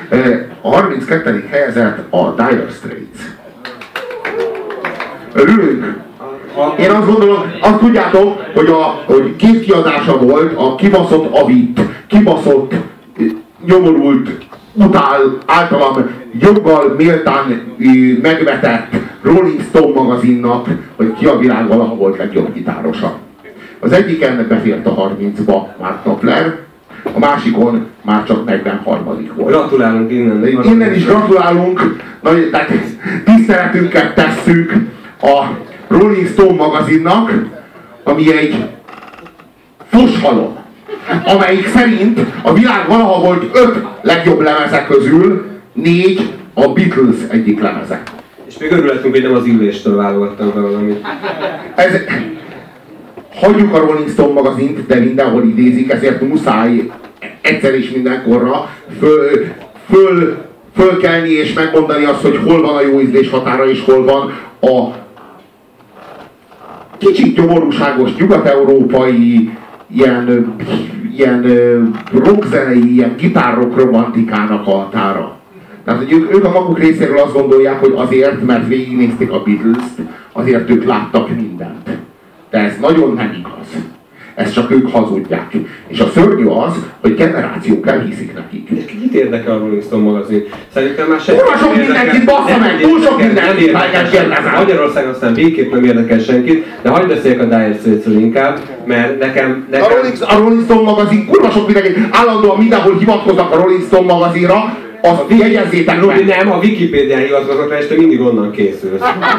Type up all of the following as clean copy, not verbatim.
A 32. helyezett a Dire Straits. Örülünk? Én azt gondolom, azt tudjátok, hogy két kiadása volt a kibaszott Avit, kibaszott, nyomorult, általam joggal méltán megvetett Rolling Stone magazinnak, hogy ki a világ valaha volt legjobb gitárosa. Az egyiken befért a 30-ba Mark Knopfler, a másikon már csak 43. volt. Gratulálunk innen. Innen is gratulálunk, tehát tiszteletünket tesszük a Rolling Stone magazinnak, ami egy foshalom, amelyik szerint a világ valaha volt 5 legjobb lemeze közül 4 a Beatles egyik lemeze. És még örülhetünk, hogy nem az Illéstől válogattam be valamit. Hagyjuk a Rolling Stone magazint, de mindenhol idézik, ezért muszáj egyszer és mindenkorra fölkelni és megmondani azt, hogy hol van a jó ízlés határa, és hol van a kicsit nyomorúságos nyugat-európai ilyen rockzenei, ilyen gitárrock romantikának a határa. Tehát, hogy ők a maguk részéről azt gondolják, hogy azért, mert végignézték a Beatles-t, azért ők láttak mindent. De ez nagyon nem igaz. Ezt csak ők hazudják. És a szörnyű az, hogy generációk elhiszik nekik. Kit érdekel a Rolling Stone magazin? Szerintem már senki. Túl sok mindenkit, bassza meg! Túl sok mindenkit! Magyarországon aztán végképp nem érdekel senkit, de hagyd beszéljek a Dire Straitsről inkább, mert nekem... A Rolling Stone magazin, kurva sok mindenkit, állandóan mindenhol hivatkoznak a Rolling Stone magazinra, azt jegyezzétek meg! Nem, a Wikipédián hivatkoznak rá, és te mindig onnan készülsz.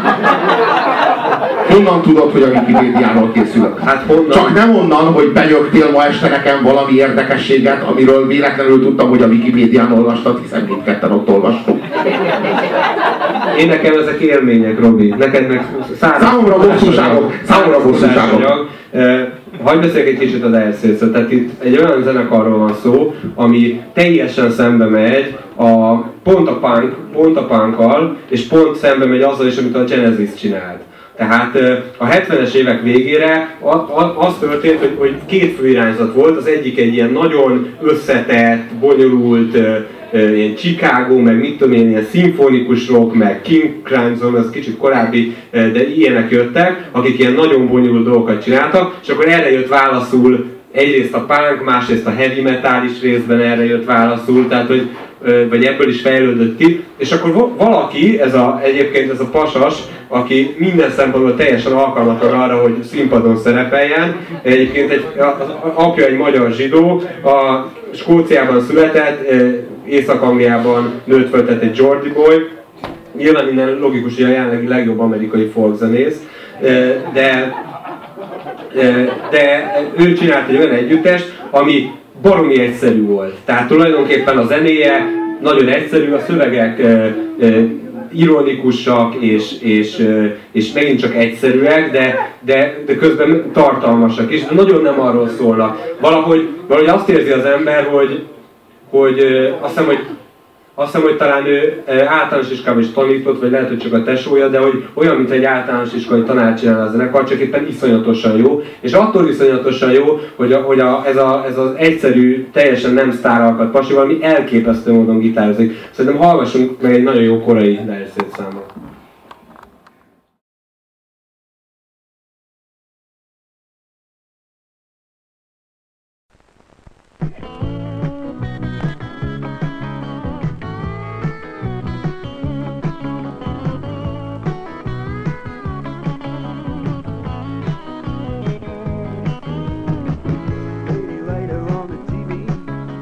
Honnan tudod, hogy a Wikipédiáról készülök? Hát honnan? Csak nem onnan, hogy benyögtél ma este nekem valami érdekességet, amiről véletlenül tudtam, hogy a Wikipédián olvastad, hiszen mindketten ott olvastuk. Én nekem ezek élmények, Robi. Neked meg számomra bosszúságok. Számomra bosszúságok. Hagyj beszéljek egy kicsit a Dire Straitsről. Tehát itt egy olyan zenekarról van szó, ami teljesen szembe megy pont a punkkal, és pont szembe megy azzal is, amit a Genesis csinált. Tehát a 70-es évek végére az történt, hogy két fő irányzat volt, az egyik egy ilyen nagyon összetett, bonyolult, ilyen Chicago, meg mit tudom én, ilyen szimfonikus rock, meg King Crimson, az kicsit korábbi, de ilyenek jöttek, akik ilyen nagyon bonyolult dolgokat csináltak, és akkor erre jött válaszul egyrészt a punk, másrészt a heavy metal is részben erre jött válaszul, tehát hogy vagy ebből is fejlődött ki, és akkor valaki, egyébként ez a pasas, aki minden szempontból teljesen alkalmatlan arra, hogy színpadon szerepeljen, egyébként az apja egy magyar zsidó, a Skóciában született, Észak-Angliában nőtt föl, tehát egy Geordie boy, nyilván minden logikus, hogy a jelenlegi legjobb amerikai folkzenész, de ő csinált egy olyan együttest, ami baromi egyszerű volt. Tehát tulajdonképpen a zenéje nagyon egyszerű, a szövegek ironikusak és megint csak egyszerűek, de közben tartalmasak is, de nagyon nem arról szólnak. Valahogy azt érzi az ember, hogy azt hiszem, hogy talán ő általános iskolában is tanított, vagy lehet, hogy csak a tesója, de hogy olyan, mint egy általános iskolai tanár csinál a zenekar, csak éppen iszonyatosan jó. És attól iszonyatosan jó, hogy ez az egyszerű, teljesen nem sztáralkat pasi, valami elképesztő módon gitározik. Szerintem hallgassunk meg egy nagyon jó korai Dire Straits számot.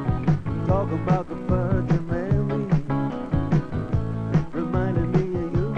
About the Virgin Mary, reminding me of you.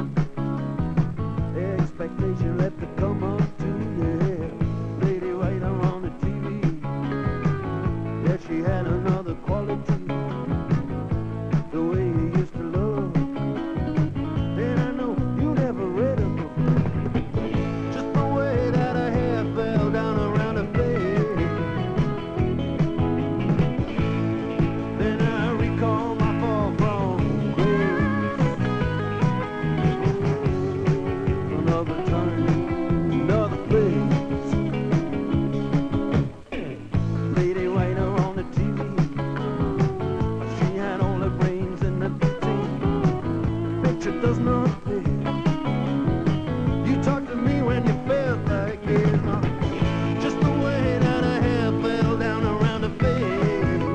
does not pay. You talked to me when you felt like it, just the way that a hair fell down around the face.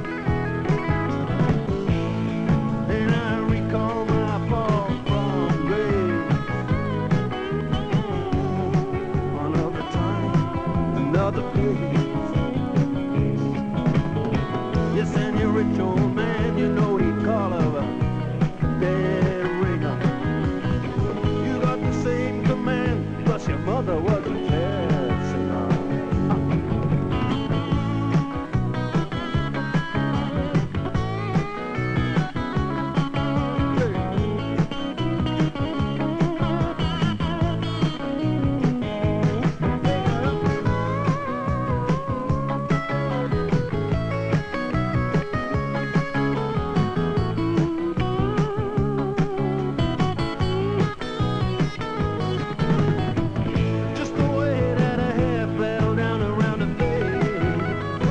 And I recall my fall from grace. Another time, another place. Yes, and you're a rich old man, you know he'd call of a dead ringer. You got the same command, plus your mother was a jazz singer. Just the way that a hair fell down around the face.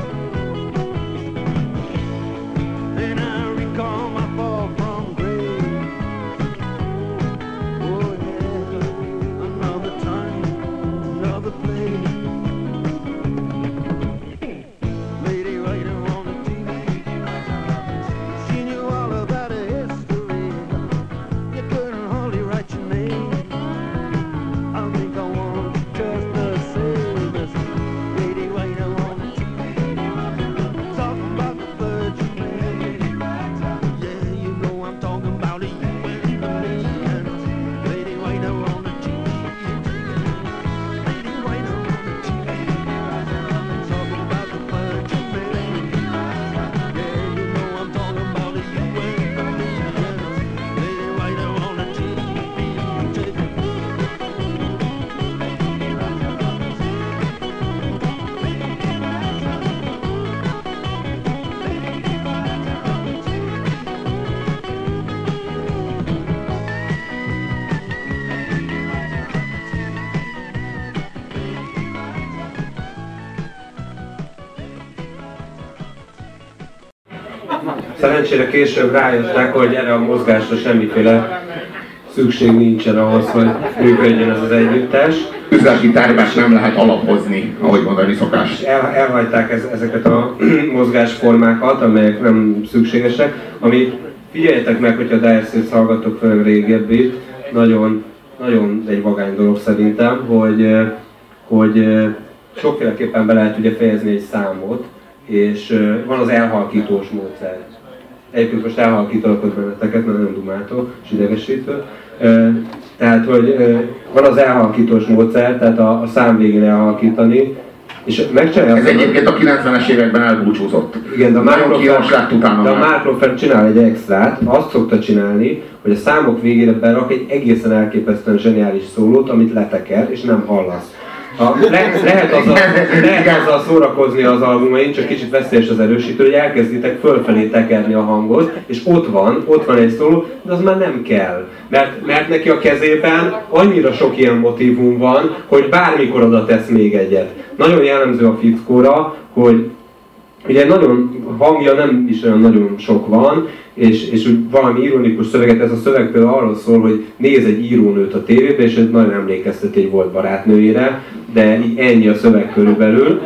And I recall my fall from grace. Oh yeah, another time, another place. Lady writer on the TV, she knew all about her history. You couldn't hardly write your name. I think I want just the same as lady writer on the TV. Talking about the Virgin Mary. Yeah, you know I'm talking about you and me. And lady writer on the TV. Lady writer on the TV. Talking about the Virgin Mary. Yeah, you know I'm talking about you and me. And lady writer on the TV. Szerencsére később rájöttek, hogy erre a mozgásra semmiféle szükség nincsen ahhoz, hogy működjön ez az együttes. Üzleti tervet nem lehet alapozni, ahogy mondani szokás. Elhagyták ezeket a mozgásformákat, amelyek nem szükségesek, ami figyeljetek meg, hogyha Dire Straits hallgatok fel régebbit, nagyon egy vagány dolog szerintem, hogy sokféleképpen be lehet ugye fejezni egy számot, és van az elhalkítós módszer. Egyébként most elhalkítalak benneteket, mert nagyon dumáltok és idegesítő. Tehát, hogy van az elhalkítós módszer, tehát a szám végén elhalkítani, és megcsinálja. Ez egyébként a 90-es években elbúcsúzott. Igen, de a Mark Knopfler csinál egy extrát, azt szokta csinálni, hogy a számok végére berak egy egészen elképesztően zseniális szólót, amit leteker, és nem hallasz. Lehet azzal szórakozni az albumain, csak kicsit veszélyes az erősítő, hogy elkezditek fölfelé tekerni a hangot, és ott van egy szóló, de az már nem kell. Mert neki a kezében annyira sok ilyen motívum van, hogy bármikor oda tesz még egyet. Nagyon jellemző a fickóra, hogy ugye nagyon hangja nem is olyan nagyon sok van, és úgy valami ironikus szöveget, ez a szöveg például arról szól, hogy néz egy írónőt a tévében, és ez nagyon emlékeztet egy volt barátnőjére, de így ennyi a szöveg körülbelül.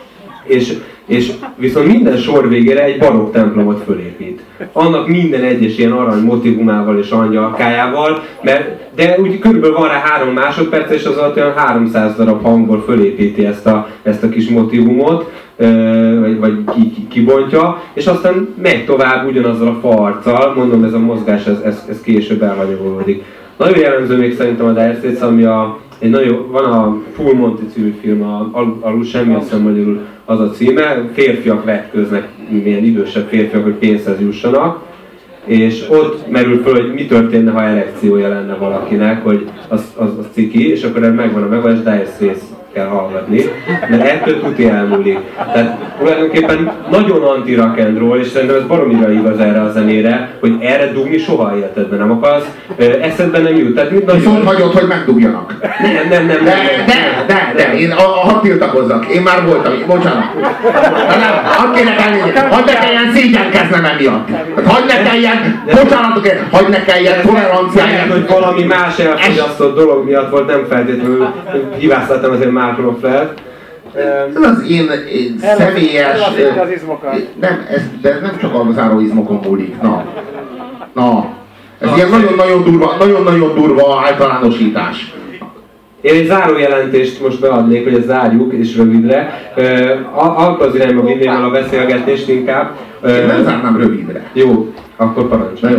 És viszont minden sor végére egy barokk templomot fölépít. Annak minden egyes ilyen arany motivumával és angyalkájával, de úgy körülbelül van rá 3 másodperc, és az alatt olyan 300 darab hangból fölépíti ezt a kis motivumot, vagy kibontja, és aztán megy tovább ugyanazzal a farccal, mondom, ez a mozgás, ez később elhanyagolódik. Nagyon jellemző még szerintem a Dire Straits, ami van a Full Monty című film, alul semmi, azt hiszem magyarul az a címe, férfiak vetköznek, milyen idősebb férfiak, hogy pénzhez jussanak, és ott merül föl, hogy mi történne, ha erekciója lenne valakinek, hogy az ciki, és akkor megvan a megoldás, Dire Straits kell hallgatni, mert ettől tuti elmúlik. Tehát tulajdonképpen nagyon anti-rock and roll, és szerintem ez baromira igaz erre a zenére, hogy erre dugni soha életedben nem akarsz, eszedben nem jut. Tehát viszont hagyod, hogy megdugjanak. Nem. De, én hadd tiltakozzak, én már voltam, bocsánat. Hadd ne kelljen szégyenkeznem emiatt. Hadd ne kelljen, bocsánatokért, hadd ne kelljen toleranciáját. Hogy valami más elfogyasztott dolog miatt volt, nem feltétlenül hibáztattam azért Mark Knopflert. Ez az én személyes... De ez nem csak a záróizmokon múlik. Na. Ez ilyen nagyon-nagyon durva általánosítás. Én egy zárójelentést most beadnék, hogy ezt zárjuk, és rövidre. Akkor az irányba vinném el a beszélgetést inkább. Én nem zárnám rövidre. Jó, akkor parancsolj.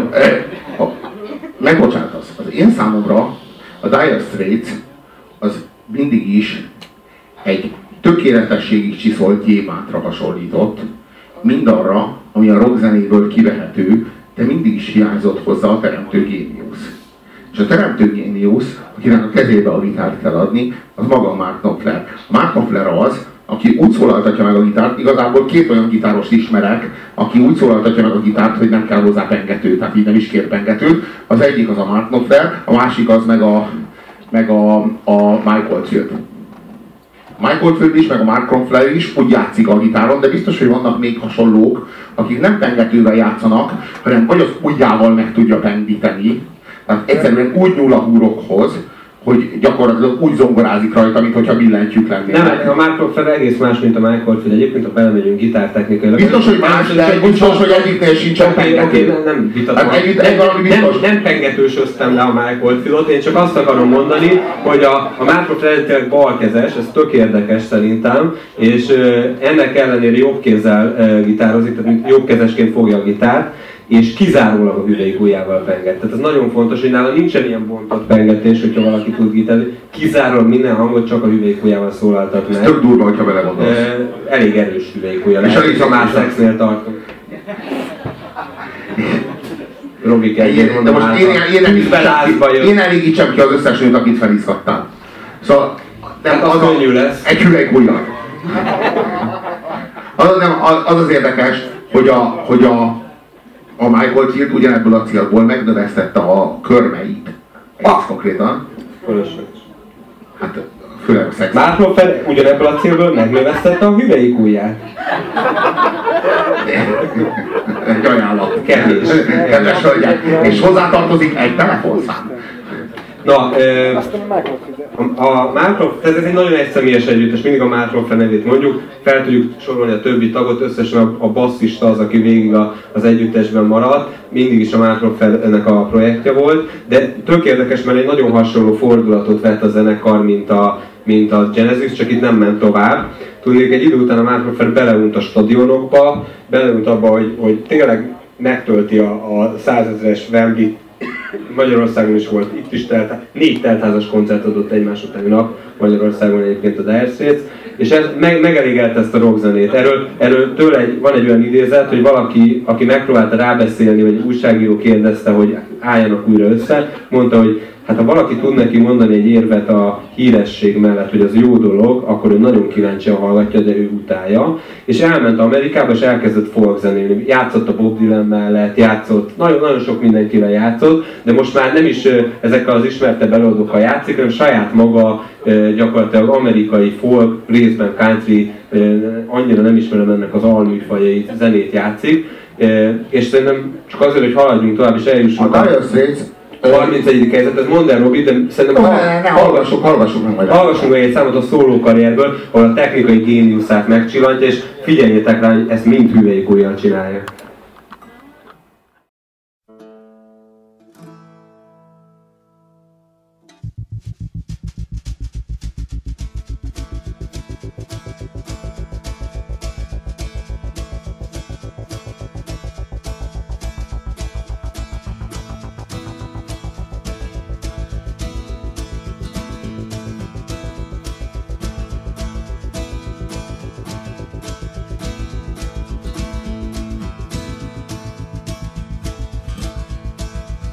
Megbocsátasz. Az én számomra a Dire Straits az mindig is egy tökéletességig csiszolt gyémántra hasonlított, mindarra, ami a rockzenéből kivehető, de mindig is hiányzott hozzá a teremtő géniusz. És a teremtő géniusz, akinek a kezébe a gitárt kell adni, az maga Mark Knopfler. Mark Knopfler az, aki úgy szólaltatja meg a gitárt, igazából két olyan gitárost ismerek, aki úgy szólaltatja meg a gitárt, hogy nem kell hozzá pengető, tehát így nem is kér pengetőt. Az egyik az a Mark Knopfler, a másik az meg a Mike Oldfield. Mike Oldfield is, meg a Mark Knopfler is úgy játszik a gitáron, de biztos, hogy vannak még hasonlók, akik nem pengetővel játszanak, hanem vagy az ujjával meg tudja pendíteni. Tehát egyszerűen úgy nyúl a húrokhoz, hogy gyakorlatilag úgy zongorázik rajta, mintha billentyűk lennének. Nem, a Mark Knopfler egész más, mint a Mike Oldfield. Egyébként, ha belemegyünk gitártechnikailag... Biztos, hogy más, de biztos, hogy egyiknél sincsen pengető. Nem vitatom. Nem pengetősöztem le a Mike Oldfieldot, én csak azt akarom mondani, hogy a Mark Knopfler balkezes, ez tök érdekes szerintem, és ennek ellenére jobb kézzel gitározik, tehát jobbkezesként fogja a gitárt, és kizárólag a hüvelyik ujjával penget. Tehát ez nagyon fontos, hogy nála nincsen ilyen bontott pengetés, hogyha valaki tud gitározni. Kizárólag minden hangot csak a hüvelyik ujjával szólaltat meg. Ez tök durva, hogyha belegondolsz. Elég erős hüvelyik ujja lehet, ha már szexnél tartunk. Robi kezdjén mondom, de most én elégítsem ki az összes nőt, akit felizgattál. Szóval nem, az könnyű lesz. Egy hüvelyik ujjal. Az érdekes, hogy a Mike Oldfield ugyanebből a célból megnövesztette a körmeit. Egész konkrétan. Hát főleg a szex. Mark Knopfler ugyanebből a célból megnövesztette a hüvelyik ujját. Egy ajánlat. Kevés. Kedves hölgyek. És hozzátartozik egy telefonszám. Na, a Mark Knopfler, tehát ez egy nagyon egyszemélyes együttes, mindig a Mark Knopfler nevét mondjuk, fel tudjuk sorolni a többi tagot, összesen a basszista az, aki végig az együttesben maradt, mindig is a Mark Knopflernek a projektje volt, de tök érdekes, mert egy nagyon hasonló fordulatot vett a zenekar, mint a Genesis, csak itt nem ment tovább. Tudnék, egy idő után a Mark Knopfler beleunt a stadionokba, beleunt abba, hogy tényleg megtölti a 100 000-es Wembley. Magyarországon is volt, itt is 4 teltházas koncert adott egymás utáni nap Magyarországon egyébként a Dire Straits, és ez megelégelte ezt a rockzenét. Erről tőle van egy olyan idézet, hogy valaki, aki megpróbálta rábeszélni, vagy egy újságíró kérdezte, hogy álljanak újra össze, mondta, hogy hát ha valaki tud neki mondani egy érvet a híresség mellett, hogy az jó dolog, akkor ő nagyon kíváncsian hallgatja, de ő utálja. És elment Amerikába, és elkezdett folk zenélni. Játszott a Bob Dylan mellett, játszott, nagyon sok mindenkivel játszott, de most már nem is ezekkel az ismertebb előadókkal játszik, hanem saját maga gyakorlatilag amerikai folk, részben country, annyira nem ismerem ennek az alműfajait, zenét játszik. És szerintem csak azért, hogy haladjunk tovább, és eljussunk a Dire Straits 31. helyzet, ez mondd el, Robi, de szerintem hallgassunk meg egy számot a szóló karrierből, ahol a technikai géniuszát megcsillantja, és figyeljétek rá, hogy ezt mind hüvelyik ujjal csinálja.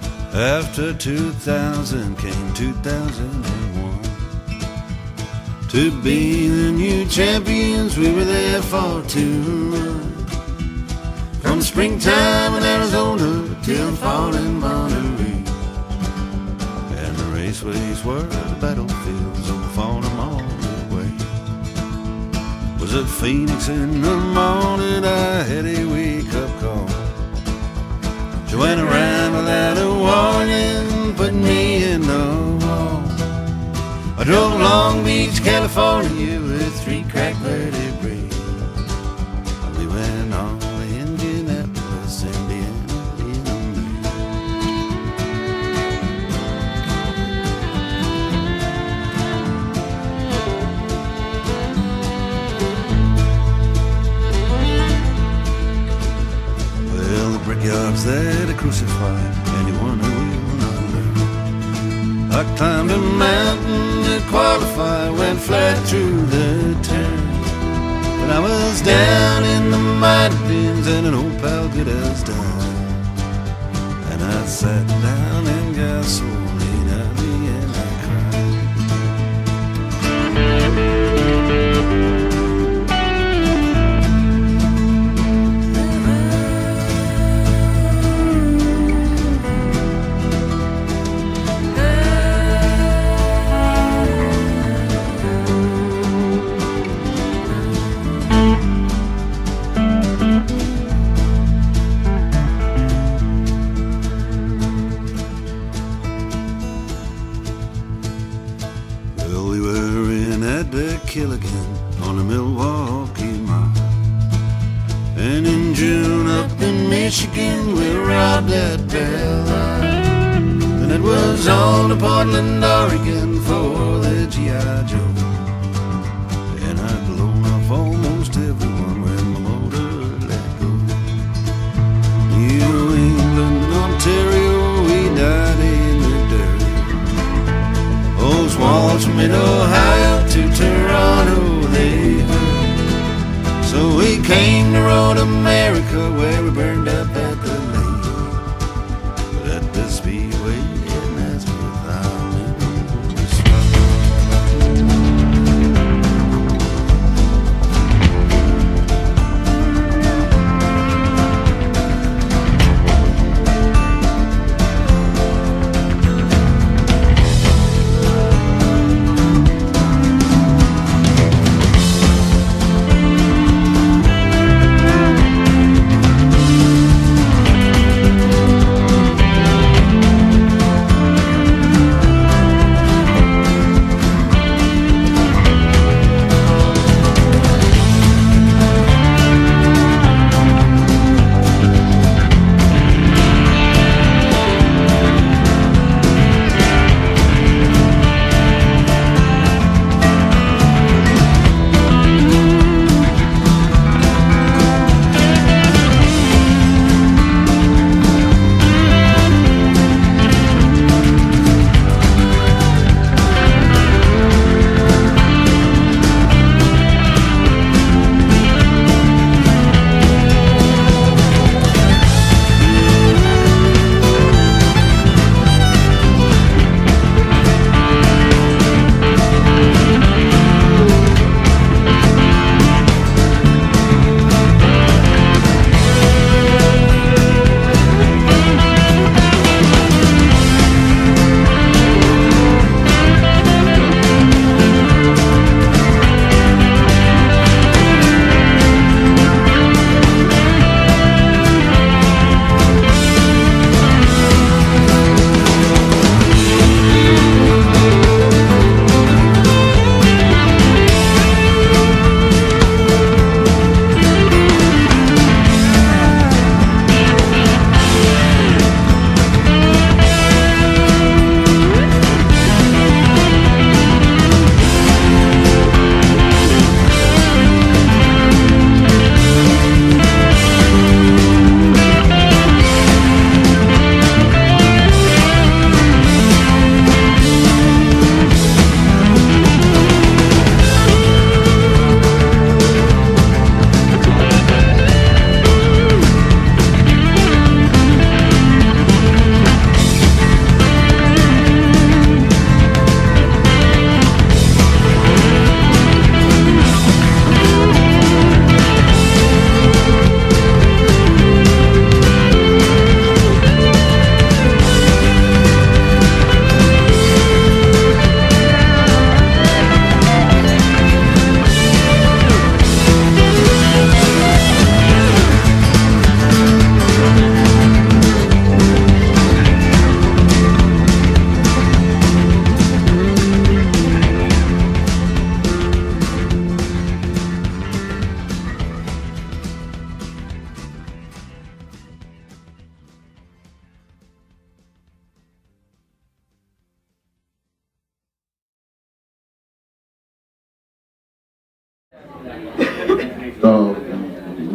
After 2000 came 2001. to be the new champions. We were there for 2 months, from springtime in Arizona till fall in Monterey. And the raceways were the battlefields of Farnham all the way. Was at Phoenix in the morning, I had a wake-up call. Joanna ran without a warning, put me in the wall. I drove Long Beach, California with 3 cracked vertebrae. We went on to Indianapolis, Indiana, in May. Well, the brickyard's there to crucify anyone who will not learn. I climbed a mountain to qualify, went flat through the turn. But I was down in the mighty bins and an old pal good as done. And I sat down and gasoline at me and I cried. Well, we were in at the Killigan on the Milwaukee Mile. And in June up in Michigan we robbed that Belle Isle. And it was on to Portland, Oregon for the G.I. Joe. And I'd blown off almost everyone when my motor let go. New England, Ontario, we died in the dirt. Those walls from mid-Ohio to Toronto, they hurt. So we came to Road America, where we burned up at the lake. But at the Speedway in Nazareth, I'm in the spot.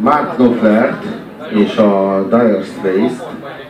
Mark Knopflert és a Dire Straits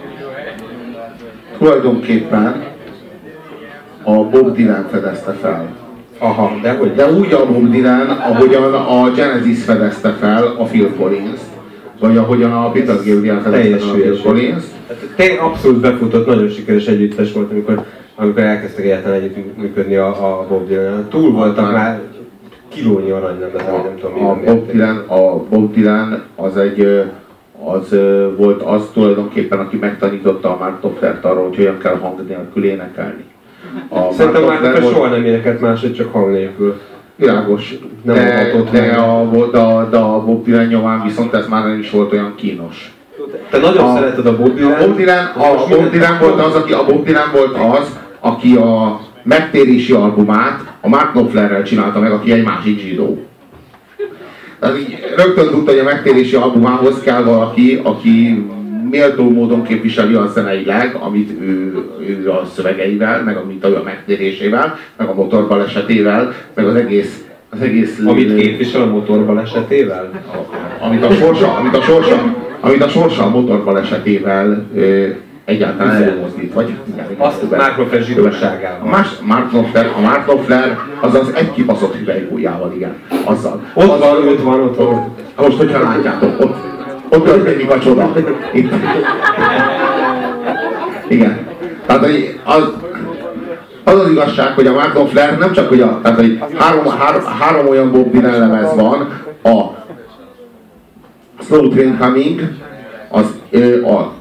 tulajdonképpen a Bob Dylan fedezte fel. Aha, de hogy? De úgy a Bob Dylan, ahogyan a Genesis fedezte fel a Phil Collins-t, vagy ahogyan a Peter Gabriel fedezte fel a Phil Collins-t. Te abszolút befutott, nagyon sikeres együttes volt, amikor elkezdtek egyáltalán együttműködni a Bob Dylan. Túl voltak már kilónyi arany, nem tudom a Bob Dylan az volt az tulajdonképpen, aki megtanította a Mark Knopflert arról, hogy hogyan kell hang nélkül énekelni. Szerintem már soha nem énekelt máshogy, csak hang nélkül. Világos, de a Bob Dylan nyomán viszont ez már nem is volt olyan kínos. Te nagyon szereted a Bob Dylan. A Bob Dylan volt az, aki a megtérési albumát a Mark Knopflerrel csinálta meg, aki egy másik zsidó. Tehát így rögtön tudta, hogy a megtérési albumához kell valaki, aki méltó módon képviseli a zeneileg, amit ő a szövegeivel, meg amit a megtérésével, meg a motorbalesetével, meg az egész amit képvisel a motorbalesetével? Amit a sorsa a motorbalesetével egyáltalán elmozdít, vagy azt Mark Knopfler zsidóságával. A Mark Knopfler azaz egy kibaszott hüvelykújjával, igen. Azzal. Ott van. Most, hogyha látjátok, ott történik a csoda. Itt. Igen. Tehát az igazság, hogy a Mark Knopfler nem csak, hogy három olyan Bob Dylan lemez van, a Slow Train Coming, a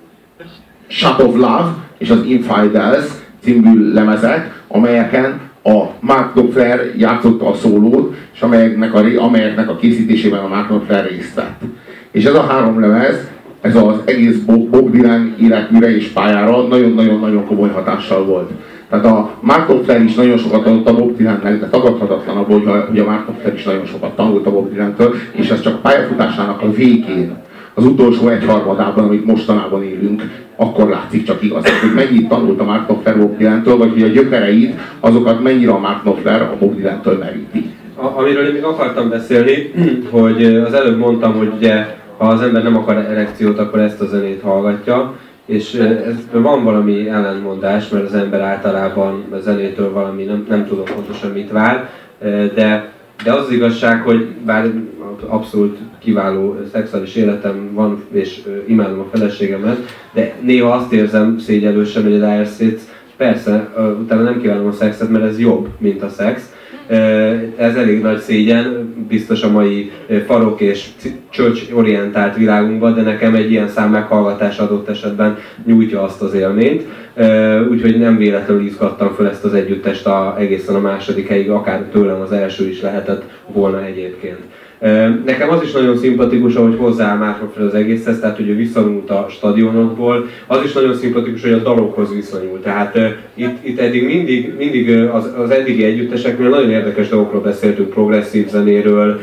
Shot of Love és az Infidels című lemezek, amelyeken a Mark Knopfler játszotta a szólót, és amelyeknek a készítésében a Mark Knopfler részt vett. És ez a három lemez, ez az egész Bob Dylan életműre és pályára nagyon-nagyon komoly hatással volt. Tehát a Mark Knopfler is nagyon sokat tanult a Bob Dylannek, de tagadhatatlan abból, hogy a Mark Knopfler is nagyon sokat tanult a Bob Dylantől, és ez csak a pályafutásának a végén, az utolsó egyharmadában, amit mostanában élünk, akkor látszik csak igazán, hogy mennyit tanult a Mark Knopfler Bob Dylantől, vagy hogy a gyökereit, azokat mennyire a Mark Knopfler a Bob Dylantől meríti. Amiről én még akartam beszélni, hogy az előbb mondtam, hogy ugye, ha az ember nem akar erekciót, akkor ezt a zenét hallgatja, és van valami ellentmondás, mert az ember általában a zenétől valami, nem tudom pontosan mit vár, de az igazság, hogy bár abszolút kiváló szexuális életem van, és imádom a feleségemet, de néha azt érzem szégyellősen, hogy a Dire Straits, persze, utána nem kívánom a szexet, mert ez jobb, mint a szex. Ez elég nagy szégyen, biztos a mai farok és church-orientált világunkban, de nekem egy ilyen szám meghallgatás adott esetben nyújtja azt az élményt. Úgyhogy nem véletlenül izgattam fel ezt az együttest egészen a második helyig, akár tőlem az első is lehetett volna egyébként. Nekem az is nagyon szimpatikus, ahogy hozzááll Mark Knopfler az egészhez, tehát hogy ő visszavonult a stadionokból. Az is nagyon szimpatikus, hogy a dalokhoz viszonyul. Tehát itt eddig mindig az eddigi együtteseknél nagyon érdekes dolgokról beszéltünk, progresszív zenéről,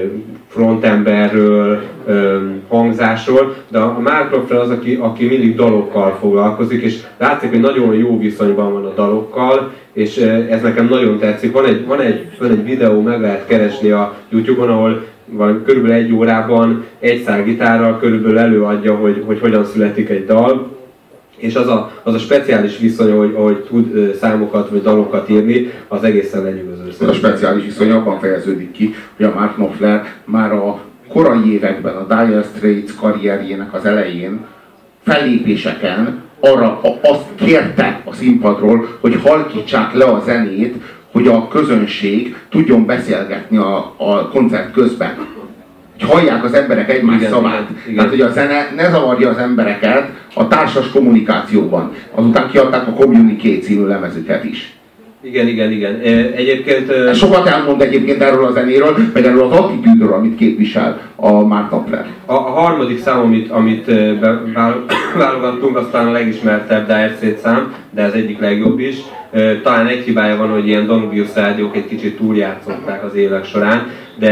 frontemberről, hangzásról, de a Mark Knopfler az, aki mindig dalokkal foglalkozik, és látszik, hogy nagyon jó viszonyban van a dalokkal, és ez nekem nagyon tetszik. Van egy videó, meg lehet keresni a YouTube-on, ahol körülbelül 1 órában egy szál gitárral körülbelül előadja, hogy hogyan születik egy dal, és az a speciális viszony, ahogy tud számokat vagy dalokat írni, az egészen lenyűgöző. A speciális viszony abban fejeződik ki, hogy a Mark Knopfler már a korai években, a Dire Straits karrierjének az elején, fellépéseken azt kérte a színpadról, hogy halkítsák le a zenét, hogy a közönség tudjon beszélgetni a koncert közben. Hogy hallják az emberek egymás szavát. Tehát, hogy a zene ne zavarja az embereket a társas kommunikációban. Azután kiadták a Communique című lemezüket is. Igen. Egyébként... Sokat elmond egyébként erről a zenéről, meg erről az attitűdről, amit képvisel a Mark Knopfler. A harmadik szám, amit válogattunk, aztán a legismertebb Dire Straits szám, de ez egyik legjobb is. Talán egy hibája van, hogy ilyen Danubius rádiók egy kicsit túljátszották az évek során,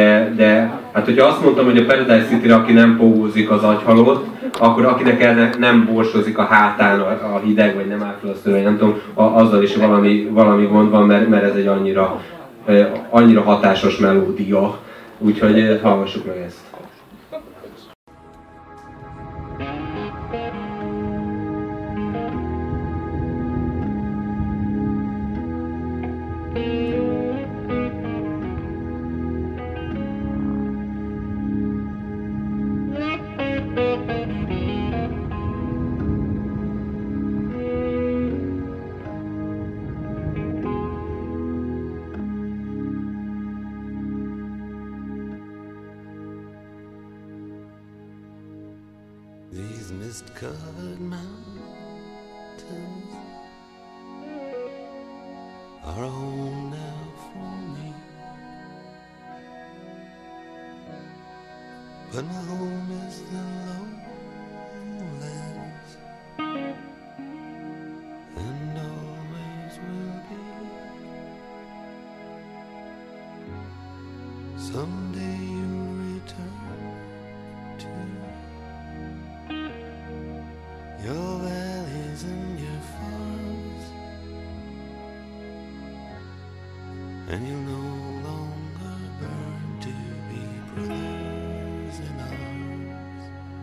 de hát hogyha azt mondtam, hogy a Paradise City-re, aki nem póhózik, az agyhalott, akkor akinek nem borsozik a hátán a hideg, vagy nem áll fel a szőr, nem tudom, azzal is valami gond van, mert ez egy annyira hatásos melódia. Úgyhogy hallgassuk meg ezt. mist-covered mountains are a home now for me. But my home is the lowlands, and always will be. Someday you'll return to your valleys and your farms, and you'll no longer burn to be brothers in arms.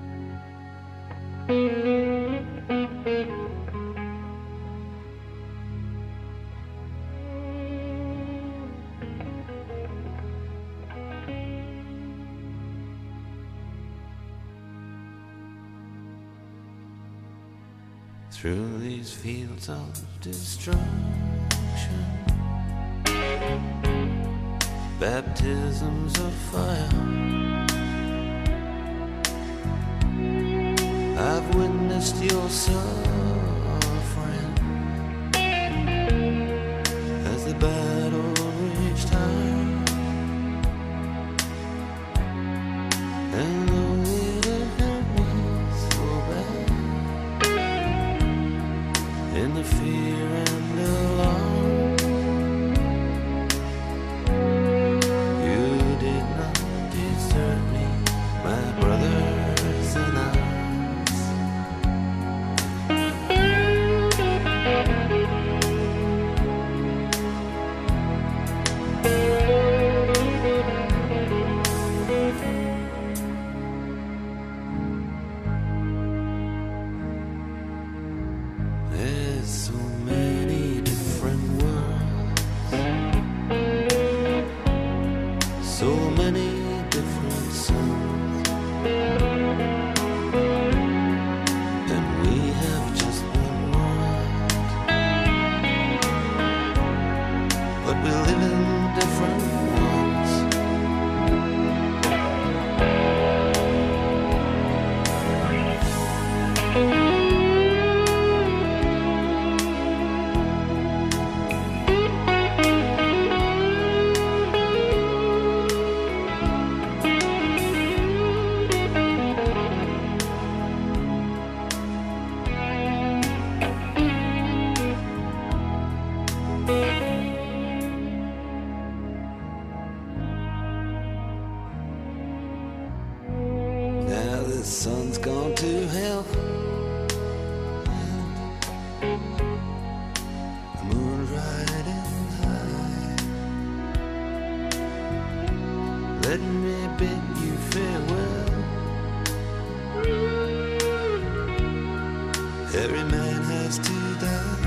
Through these fields of destruction, baptisms of fire, I've witnessed your suffering as the battle reached high. And though it hurt me so bad, in the fear and alarm, you did not desert me, my brothers in arms. There's so many different worlds, so many different suns, and we have just one world, but we live in different ones. Now the sun's gone to hell, the moon's riding high. Let me bid you farewell. Every man has to die,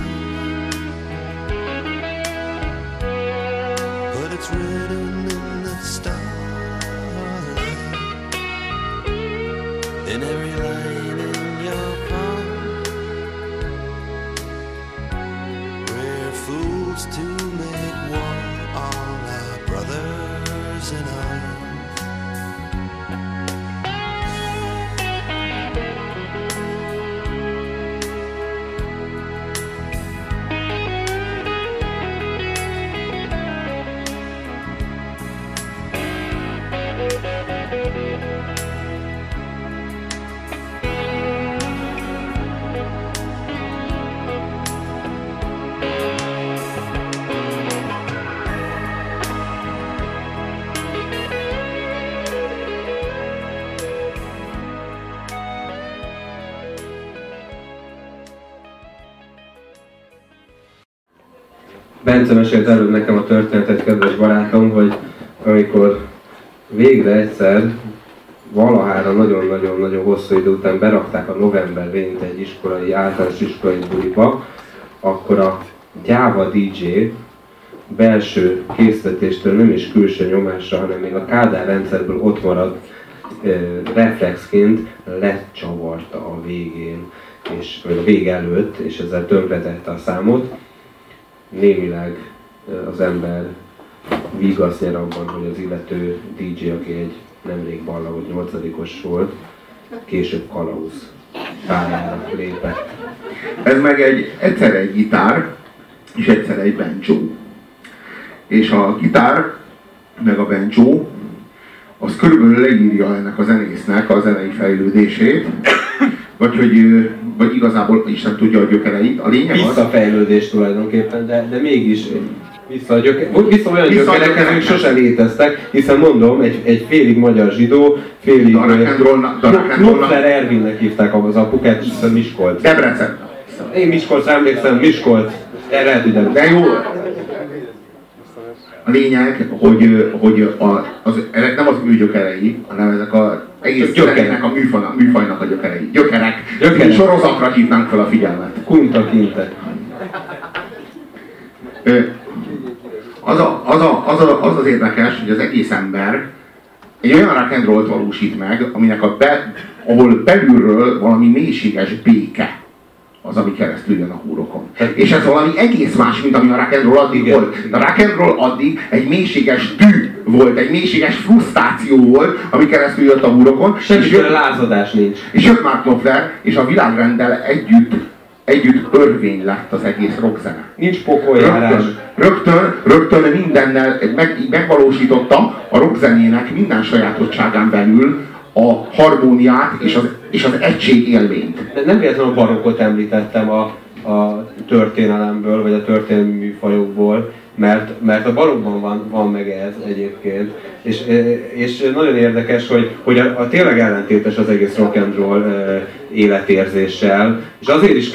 but it's written in the stars. In every line in your palm, we're fools to make war on our brothers in arms. Bence mesélt előbb nekem a történetet, kedves barátom, hogy amikor végre egyszer valahára nagyon-nagyon hosszú idő után berakták a november végén egy általános iskolai buliba, akkor a gyáva DJ belső késztetéstől, nem is külső nyomásra, hanem még a Kádár rendszerből ott maradt reflexként lecsavarta a végén, vagy a vég előtt, és ezzel tönkretette a számot. Némileg az ember vigaszt nyer abban, hogy az illető DJ, aki egy nemrég ballagott 8-os volt, később kalauz pályára lépett. Ez meg egyszerre egy gitár, és egyszerre egy banjo. És a gitár, meg a banjo, az körülbelül leírja ennek a zenésznek a zenei fejlődését, vagy igazából Isten tudja a gyökereit. A lényeg az... Visszafejlődés tulajdonképpen, de mégis vissza olyan gyökerekhez, amik sosem léteztek, hiszen mondom, egy félig magyar zsidó, félig... Knopfler Ervinnek hívták az apukát, hiszen Miskolc. Debrecen. Én Miskolcra emlékszem, Miskolc. Lehet, hogy nem. De jó. A lényeg, hogy ezek nem az ő gyökerei, hanem ezek az egész gyökereknek a műfajnak a gyökerei. Gyökerek. Sorozatra hívnánk fel a figyelmet. Kunta kinte. Az érdekes, hogy az egész ember egy olyan rock and rollt valósít meg, aminek ahol belülről valami mélységes béke az, ami keresztül jön a húrokon. És ez valami egész más, mint ami a rock and roll addig volt. A rock and roll addig egy mélységes dű volt, egy mélységes frusztráció volt, ami keresztül jött a húrokon. Semmiféle lázadás nincs. És jött Mark Knopfler, és a világrenddel együtt örvény lett az egész rockzene. Nincs pokoljárás. Rögtön mindennel megvalósította a rockzenének minden sajátosságán belül a harmóniát és az egység élményt. De nem véletlenül a barokkot említettem a történelemből, vagy a történelmi műfajokból, mert a barokban van meg ez egyébként. És nagyon érdekes, hogy a tényleg ellentétes az egész rock and roll életérzéssel, és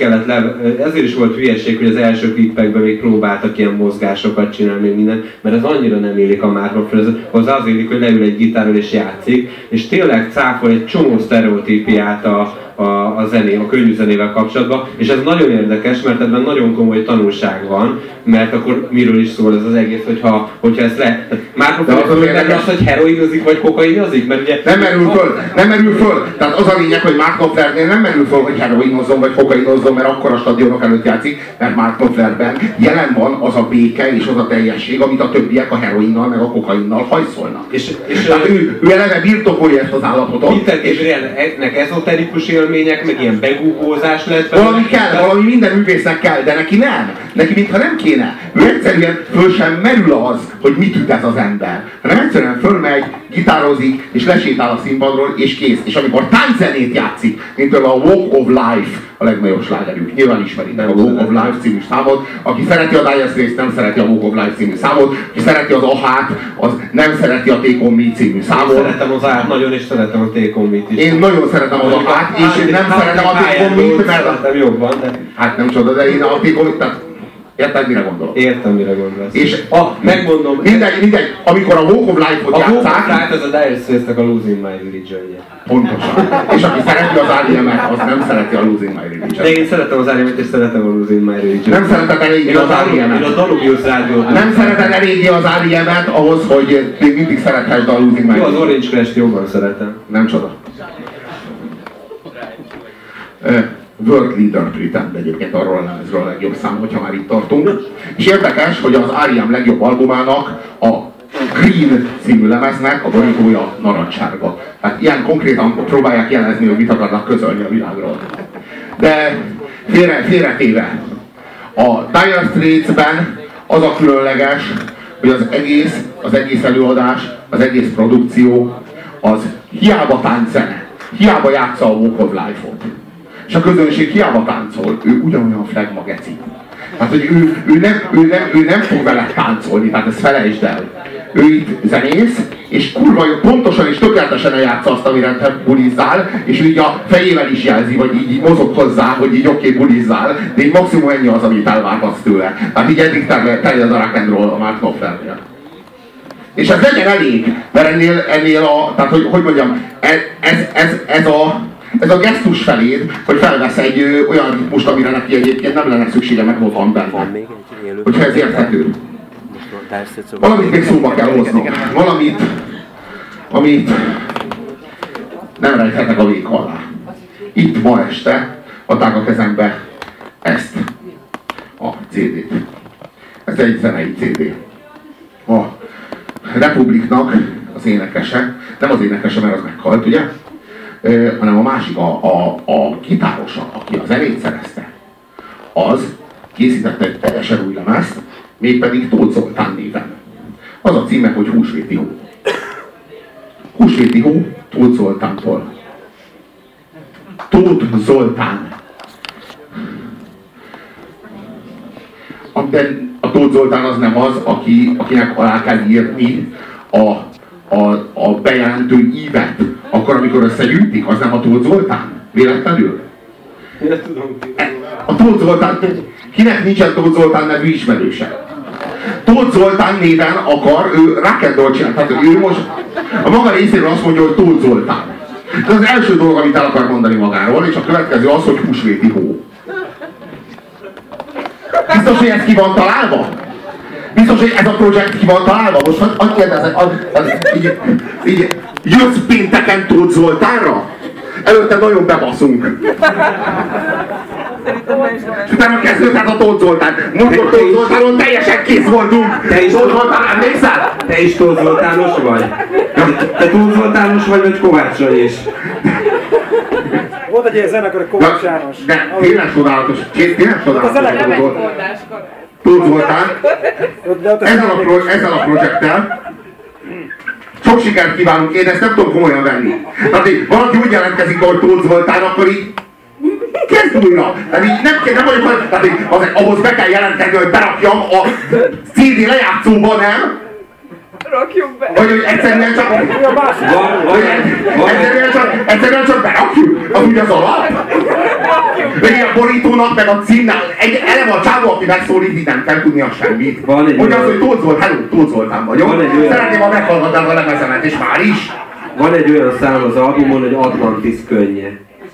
ezért is volt hülyeség, hogy az első klippekben még próbáltak ilyen mozgásokat csinálni, mindent, mert ez annyira nem élik a Mark Knopfler, hozzá az élik, hogy leül egy gitárral és játszik, és tényleg cáfol egy csomó sztereotípiát a könnyű zenével kapcsolatban, és ez nagyon érdekes, mert ebben nagyon komoly tanulság van, mert akkor miről is szól ez az egész, hogyha ezt Mark Knopfler az, hogy heroinozik vagy kokainozik, mert ugye... Nem merül föl. Tehát az a lényeg, hogy Mark Knopflernél nem merül föl, hogy heroinozzon vagy kokainozzon, mert akkor a stadionok előtt játszik, mert Mark Knopflerben jelen van az a béke és az a teljesség, amit a többiek a heroinnal meg a kokainnal hajszolnak. És tehát ő eleve birtokolja ezt az állapotot. És ennek ezoterikus élmények, meg ilyen begúgózás lett. Valami kell, valami minden művésznek kell, de neki nem. Neki mintha nem kéne. Ő egyszerűen föl sem merül az, hogy mit üt ez az ember. Hanem egyszerűen fölmegy, gitározik, és lesétál a színpadról, és kész. És amikor tánczenét játszik, mint a Walk of Life, a legnagyobb slágerük. Nyilván ismeritek a Walk of Life című számot. Aki szereti a Dire Straits, nem szereti a Walk of Life című számot. Aki szereti az Ahát, az nem szereti a Take On Me című számot. Én szeretem az Ahát nagyon, és szeretem a Take On Me-t is. Én nagyon szeretem az Ahát, és nem szeretem a Take On Me-t, mert... Szeretem jobban, de... Hát nem csoda, de én a Take On Me-t... Érted, mire gondolok? Értem, mire gondolsz. És megmondom... Mindegy, amikor a Walk of Life-ot játszák... A Walk of Life az a Dire Straits-nek a Losing My Religion-je. Pontosan. És aki szereti az R.E.M-et, az nem szereti a Losing My Religion. De én szeretem az R.E.M-et, és szeretem a Losing My Religion. Nem szereted eléggé az R.E.M-et. Én a Danubius rádiót... Nem szereted eléggé az R.E.M-et ahhoz, hogy még mindig szerethessd a Losing My Religion. Jó, az Orange Crash-t jobban szeretem. Nem csoda. World Leader Pretend egyébként arról a lemezről a legjobb szám, hogyha már itt tartunk. És érdekes, hogy az R.E.M. legjobb albumának, a Green című lemeznek a borítója narancssárga. Tehát ilyen konkrétan próbálják jelezni, hogy mit akarnak közölni a világról. De félretéve. A Dire Straits-ben az a különleges, hogy az egész előadás, az egész produkció, az hiába tánczene, hiába játsza a Walk of Life-ot. És a közönség hiába táncol, ő ugyanolyan flagma geci. Tehát, hogy ő nem fog vele táncolni, tehát ezt felejtsd el. Ő itt zenész, és kurva pontosan és tökéletesen eljátsza azt, amire te bulizzál, és ő így a fejével is jelzi, vagy így mozog hozzá, hogy így oké, bulizzál, de így maximum ennyi az, amit elvárhatsz tőle. Tehát így eddig terjed a rock and roll a Mark Knopflernél. És ez legyen elég, mert ennél tehát hogy mondjam, ez a gesztus feléd, hogy felvesz egy olyan ritmust, amire neki egyébként nem lenne szüksége, meg van benne. Hogyha ez érthető. Valamit még szóba kell hoznom. Valamit, amit nem rejthetek a vék alá. Itt ma este adták a kezembe ezt a CD-t. Ez egy zenei CD. A Republiknak az énekese, nem az énekese, mert az meghalt, ugye? hanem a másik, a gitárosa, aki a zenét szerezte, az készítette egy teljesen új lemezt, mégpedig Tóth Zoltán néven. Az a címe, hogy Húsvéti hó. Húsvéti hó Tóth Zoltántól. Tóth Zoltán. A Tóth Zoltán az nem az, akinek alá kell írni a bejelentő ívet, akkor, amikor összegyűjtik, az nem a Tóth Zoltán? Véletlenül? A Tóth Zoltán, kinek nincsen Tóth Zoltán nevű ismerőse? Tóth Zoltán néven akar, ő rock and roll csinál, tehát ő most a maga részéről azt mondja, hogy Tóth Zoltán. Ez az első dolog, amit el akar mondani magáról, és a következő az, hogy húsvéti hó. Biztos, hogy ez ki van találva? Biztos, hogy ez a projekt ki van találva? Most azt kérdezek, így jössz pénteken Tóth Zoltánra? Előtte nagyon bebaszunk. És utána kezdődhet a Tóth Zoltán. Múltkor Tóth Zoltánon teljesen kész voltunk. Te is Tóth Zoltán, emlékszel? Te is Tóth Zoltános vagy? Te Tóth Zoltános vagy Kovács Sanyi is? Volt egy ilyen zenekar, a Kovács János. De tényleg csodálatos. Tényleg csodálatos. Tóth Zoltán. Ezzel a projekttel sok sikert kívánunk, én ezt nem tudom komolyan venni. Tehát így valaki úgy jelentkezik, hogy Tóth Zoltán, akkor így kezd újra. Tehát így nem vagyok, tehát így ahhoz be kell jelentkezni, hogy berakjam a CD lejátszóba, nem? Rakjuk be! Vagy hogy egyszerűen csak... Egyszerűen csak berakjuk? Az úgy az alap? Vagy a borítónak, meg a címnek, eleve a csávó, aki megszólít, így nem kell tudnia semmit. Mondja azt, hogy Tóth Zoltán, hello, Tóth Zoltán vagyok. Szeretném, ha meghallgatnám a lemezemet, és már is. Van egy olyan szám az albumon, hogy Atlantis könnye.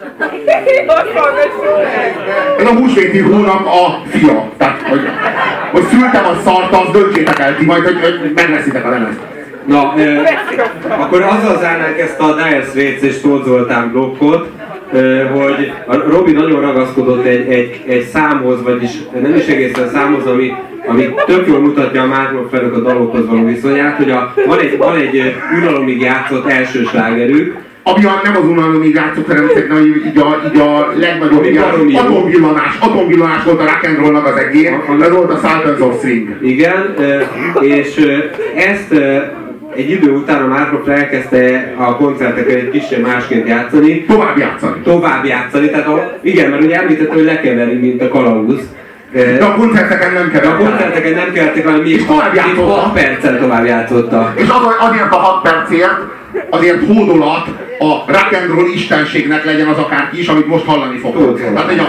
Ez a húsvéti hónak a fia. Tehát, hogy szültem a szart, azt döntsétek el ti majd, hogy megveszitek a lemezt. Na, akkor azzal zárnánk ezt a Dire Straits és Tóth Zoltán blokkot, hogy a Robi nagyon ragaszkodott egy számhoz, vagyis nem is egészen számhoz, ami tök jól mutatja a Mark Knopflernek a dalokhoz való viszonyát, hogy van egy unalomig játszott első slágerük, ami nem az unalomig játszott, hanem így a legnagyobb atomvillanás volt a rock and rollnak az egész, ez volt a Sultans of Swing. Igen, és ezt egy idő után a Mark Knopfler elkezdte a koncerteken egy kicsit másként játszani. Tovább játszani, tehát igen, mert ugye említette, hogy lekeveri, mint a kalauz. De a koncerteken nem kevertek, hanem még 6 perccel tovább játszotta. És azért a 6 percért, azért hódolat a rock and roll istenségnek legyen az akárki is, amit most hallani fogtok. Tehát, hogy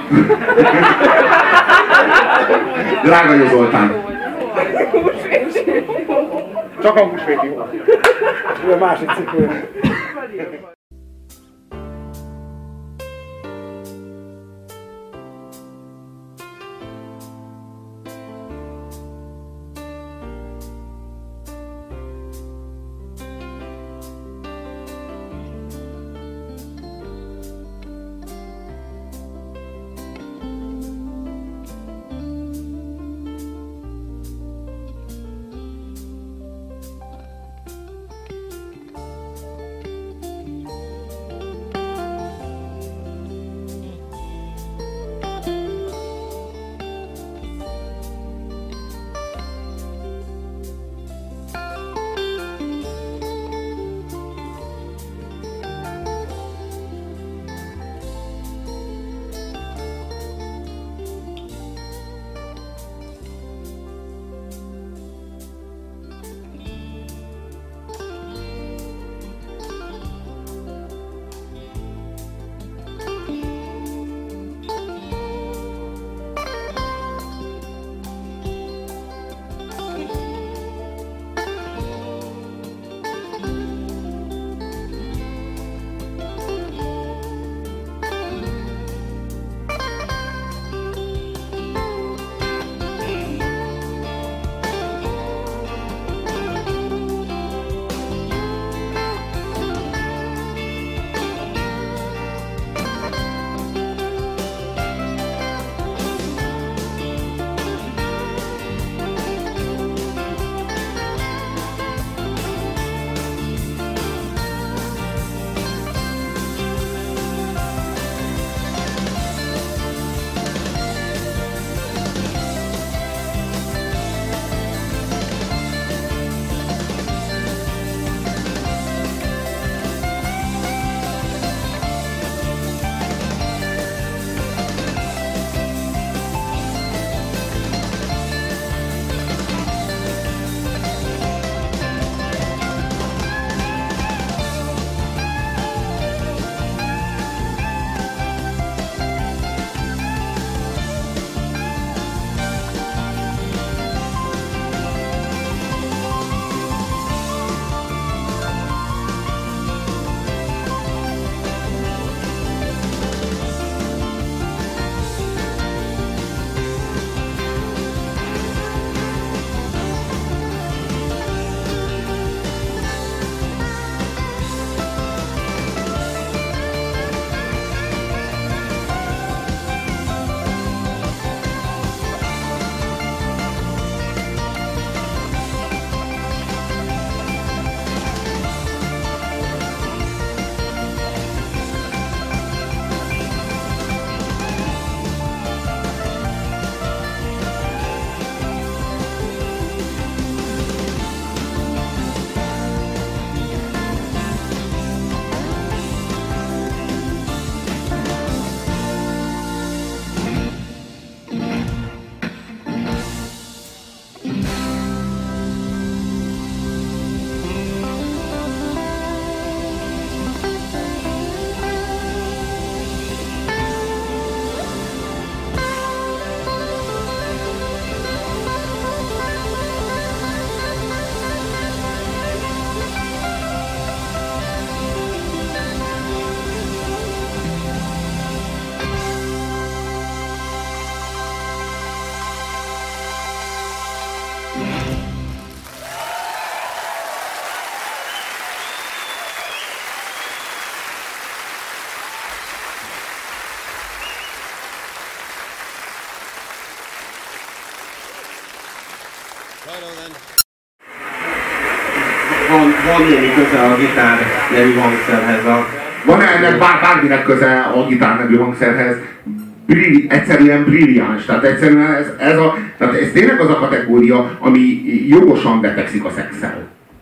Drága Jó Zoltán. Csak a húsvéti volt. Ő a másik cikk. Van némi köze a gitár nevű hangszerhez. Van ennek bárminek köze a gitár nevű hangszerhez? Egyszerűen brilliáns. Tehát egyszerűen tehát ez tényleg az a kategória, ami jogosan betegszik a szexszel.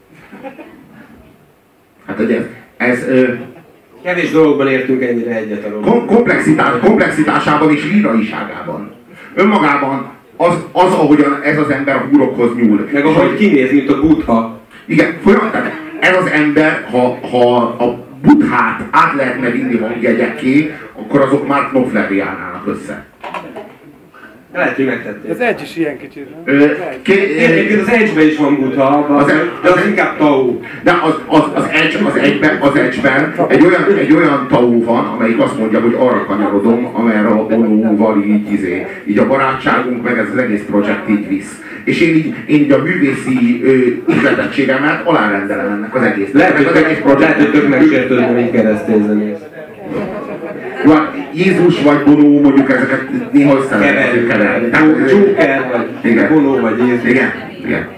Hát ugye ez kevés dologban értünk ennyire egyet a komplexitásában és líraiságában. Önmagában az ahogyan ez az ember a húrokhoz nyúl. Meg ahogy kinéz, mint a Buddha. Igen, folyamatosan ez az ember, ha a Buddhát át lehetne vinni hangjegyekké, akkor azok már Knopflerré állnának össze. Lehet, hogy megtették. Az Edge is ilyen kicsit, nem? Egyébként az Edge-ben is van Buddha, de az inkább Tao. De az Edge-ben egy olyan Tao van, amelyik azt mondja, hogy arra kanyarodom, amerre a Bonóval így a barátságunk, meg ez az egész projekt így visz. És én így a művészi ihletettségemet alárendelem ennek az egész. Lehet, hogy tök megsértődve, mint keresztényzenész. Jó, hát Jézus vagy Bonó, mondjuk ezeket néha össze lehet keverni. Joker vagy Bonó vagy Jézus. Igen.